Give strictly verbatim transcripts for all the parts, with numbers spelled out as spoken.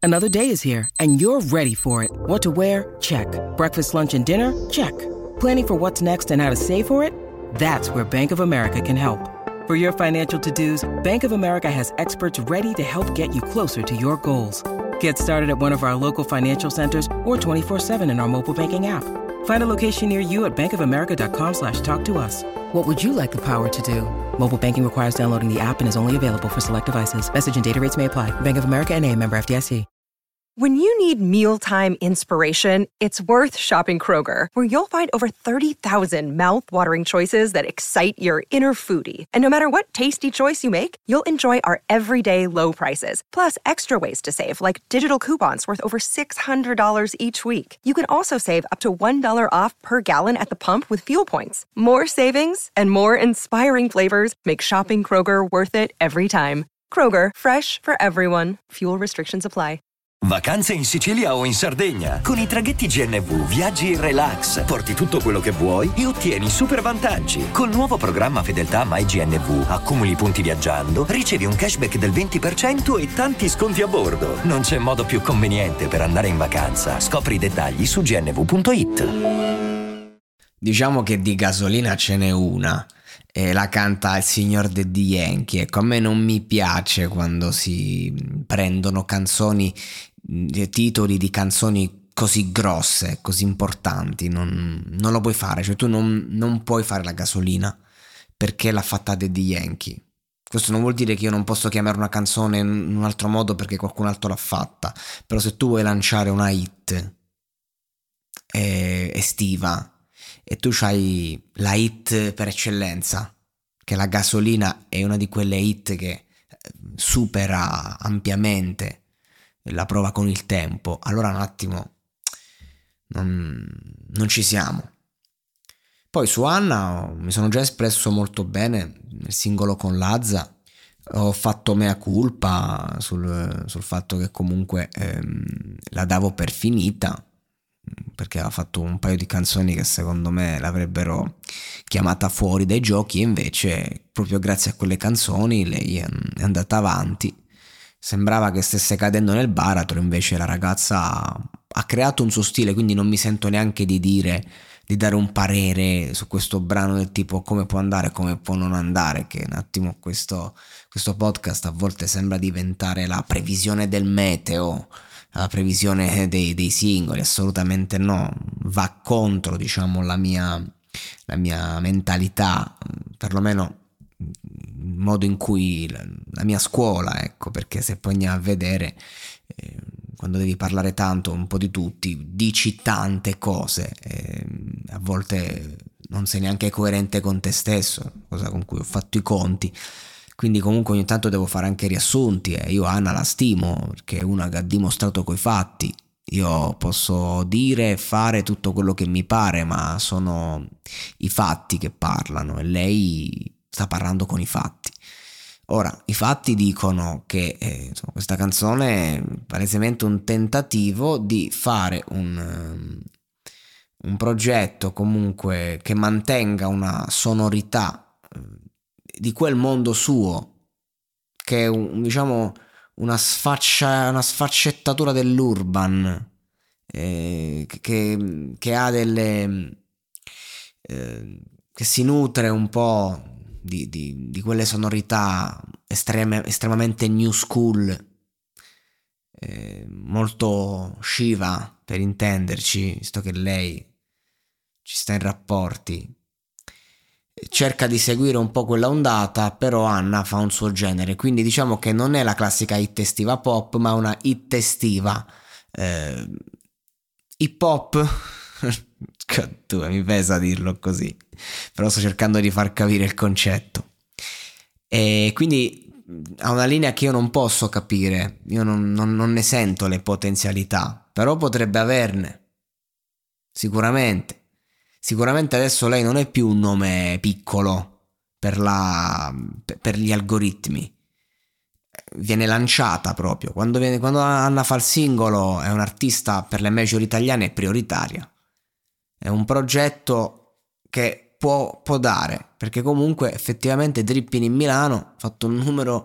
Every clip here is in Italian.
Another day is here, and you're ready for it. What to wear? Check. Breakfast, lunch, and dinner? Check. Planning for what's next and how to save for it? That's where Bank of America can help. For your financial to-dos, Bank of America has experts ready to help get you closer to your goals. Get started at one of our local financial centers or twenty-four seven in our mobile banking app. Find a location near you at bankofamerica.com slash talk to us. What would you like the power to do? Mobile banking requires downloading the app and is only available for select devices. Message and data rates may apply. Bank of America N A, member F D I C. When you need mealtime inspiration, it's worth shopping Kroger, where you'll find over thirty thousand mouth-watering choices that excite your inner foodie. And no matter what tasty choice you make, you'll enjoy our everyday low prices, plus extra ways to save, like digital coupons worth over six hundred dollars each week. You can also save up to one dollar off per gallon at the pump with fuel points. More savings and more inspiring flavors make shopping Kroger worth it every time. Kroger, fresh for everyone. Fuel restrictions apply. Vacanze in Sicilia o in Sardegna. Con i traghetti G N V viaggi in relax, porti tutto quello che vuoi e ottieni super vantaggi. Col nuovo programma Fedeltà MyGNV accumuli punti viaggiando, ricevi un cashback del venti per cento e tanti sconti a bordo. Non c'è modo più conveniente per andare in vacanza. Scopri i dettagli su g n v punto i t. Diciamo che di gasolina ce n'è una. E la canta il signor Daddy Yankee. Ecco, a me non mi piace quando si prendono canzoni, titoli di canzoni così grosse, così importanti. Non, non lo puoi fare, cioè tu non, non puoi fare la gasolina perché l'ha fatta Daddy Yankee. Questo non vuol dire che io non posso chiamare una canzone in un altro modo perché qualcun altro l'ha fatta, però se tu vuoi lanciare una hit eh, estiva e tu c'hai la hit per eccellenza, che la gasolina è una di quelle hit che supera ampiamente la prova con il tempo, allora un attimo non, non ci siamo. Poi su Anna mi sono già espresso molto bene nel singolo con Lazza, ho fatto mea culpa sul, sul fatto che comunque ehm, la davo per finita, perché aveva fatto un paio di canzoni che secondo me l'avrebbero chiamata fuori dai giochi e invece proprio grazie a quelle canzoni lei è andata avanti. Sembrava che stesse cadendo nel baratro, invece la ragazza ha creato un suo stile, quindi non mi sento neanche di dire di dare un parere su questo brano del tipo come può andare, come può non andare, che un attimo questo, questo podcast a volte sembra diventare la previsione del meteo, la previsione dei, dei singoli. Assolutamente no, va contro, diciamo, la mia, la mia mentalità, perlomeno il modo in cui la, la mia scuola, ecco, perché se poi andiamo a vedere eh, quando devi parlare tanto un po' di tutti, dici tante cose, eh, a volte non sei neanche coerente con te stesso, cosa con cui ho fatto i conti. Quindi comunque ogni tanto devo fare anche riassunti e io Anna la stimo perché è una che ha dimostrato coi fatti. Io posso dire e fare tutto quello che mi pare, ma sono i fatti che parlano e lei sta parlando con i fatti. Ora, i fatti dicono che eh, insomma, questa canzone è palesemente un tentativo di fare un, um, un progetto comunque che mantenga una sonorità uh, di quel mondo suo, che è un, diciamo una sfaccia, una sfaccettatura dell'urban, eh, che, che ha delle eh, che si nutre un po' di, di, di quelle sonorità estreme, estremamente new school, eh, molto Shiva per intenderci, visto che lei ci sta in rapporti, cerca di seguire un po' quella ondata, però Anna fa un suo genere, quindi diciamo che non è la classica hit estiva pop, ma una hit estiva eh, hip hop. Tu, mi pesa dirlo così, però sto cercando di far capire il concetto. E quindi ha una linea che io non posso capire, io non, non, non ne sento le potenzialità, però potrebbe averne, sicuramente. Sicuramente adesso lei non è più un nome piccolo per, la, per gli algoritmi, viene lanciata proprio. Quando, viene, quando Anna fa il singolo è un'artista per le major italiane prioritaria. È un progetto che può, può dare, perché comunque effettivamente Dripping in Milano ha fatto un numero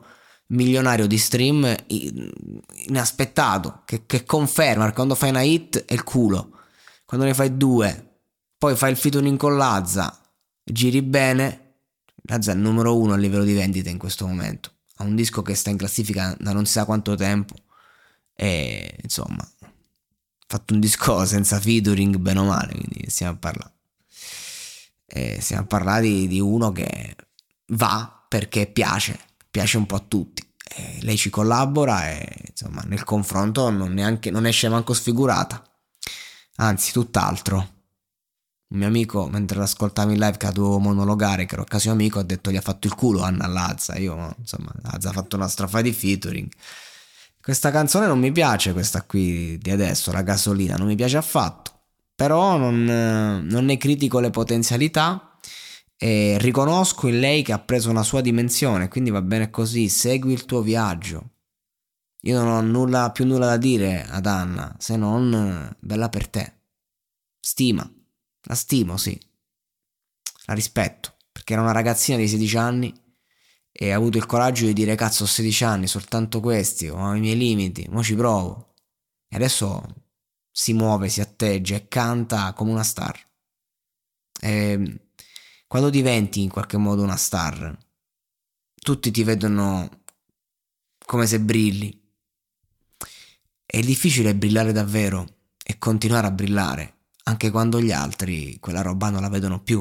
milionario di stream inaspettato, che, che conferma che quando fai una hit è il culo, quando ne fai due, poi fai il featuring con Lazza, giri bene. Lazza è il numero uno a livello di vendite in questo momento, ha un disco che sta in classifica da non si sa quanto tempo e insomma ha fatto un disco senza featuring bene o male, quindi stiamo a parlare e stiamo a parlare di, di uno che va perché piace piace un po' a tutti. E lei ci collabora e insomma nel confronto non, neanche, non esce manco sfigurata, anzi tutt'altro. Un mio amico, mentre l'ascoltavo in live che la dovevo monologare, che ero a casa mio amico, ha detto gli ha fatto il culo Anna Lazza. Io insomma Lazza ha fatto una strofa di featuring. Questa canzone non mi piace, questa qui di adesso, La gasolina, non mi piace affatto, però non, non ne critico le potenzialità. E riconosco in lei che ha preso una sua dimensione, quindi va bene così, segui il tuo viaggio. Io non ho nulla più nulla da dire ad Anna se non bella per te, stima, la stimo, sì, la rispetto, perché era una ragazzina di sedici anni e ha avuto il coraggio di dire cazzo ho sedici anni, soltanto questi, ho i miei limiti, mo ci provo, e adesso si muove, si atteggia e canta come una star. E quando diventi in qualche modo una star, tutti ti vedono come se brilli. È difficile brillare davvero e continuare a brillare, anche quando gli altri quella roba non la vedono più.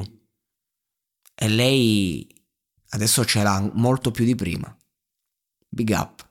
E lei adesso ce l'ha molto più di prima. Big up.